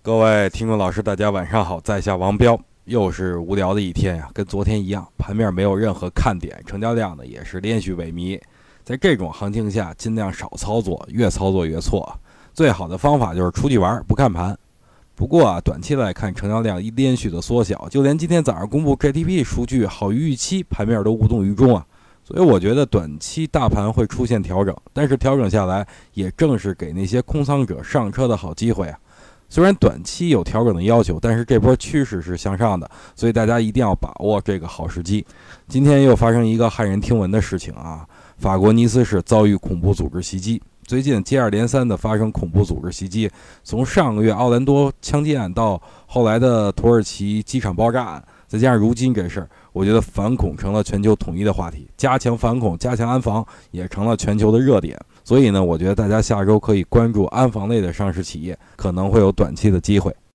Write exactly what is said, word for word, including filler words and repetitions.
各位听众老师，大家晚上好，在下王彪。又是无聊的一天呀，跟昨天一样，盘面没有任何看点，成交量呢也是连续萎靡。在这种行情下，尽量少操作，越操作越错。最好的方法就是出去玩，不看盘。不过啊，短期来看，成交量一连续的缩小，就连今天早上公布 G D P 数据好于预期，盘面都无动于衷啊。所以我觉得短期大盘会出现调整，但是调整下来，也正是给那些空仓者上车的好机会啊。虽然短期有调整的要求，但是这波趋势是向上的，所以大家一定要把握这个好时机。今天又发生一个骇人听闻的事情啊，法国尼斯市遭遇恐怖组织袭击。最近接二连三的发生恐怖组织袭击，从上个月奥兰多枪击案到后来的土耳其机场爆炸案，再加上如今这事儿，我觉得反恐成了全球统一的话题，加强反恐、加强安防也成了全球的热点。所以呢，我觉得大家下周可以关注安防类的上市企业，可能会有短期的机会。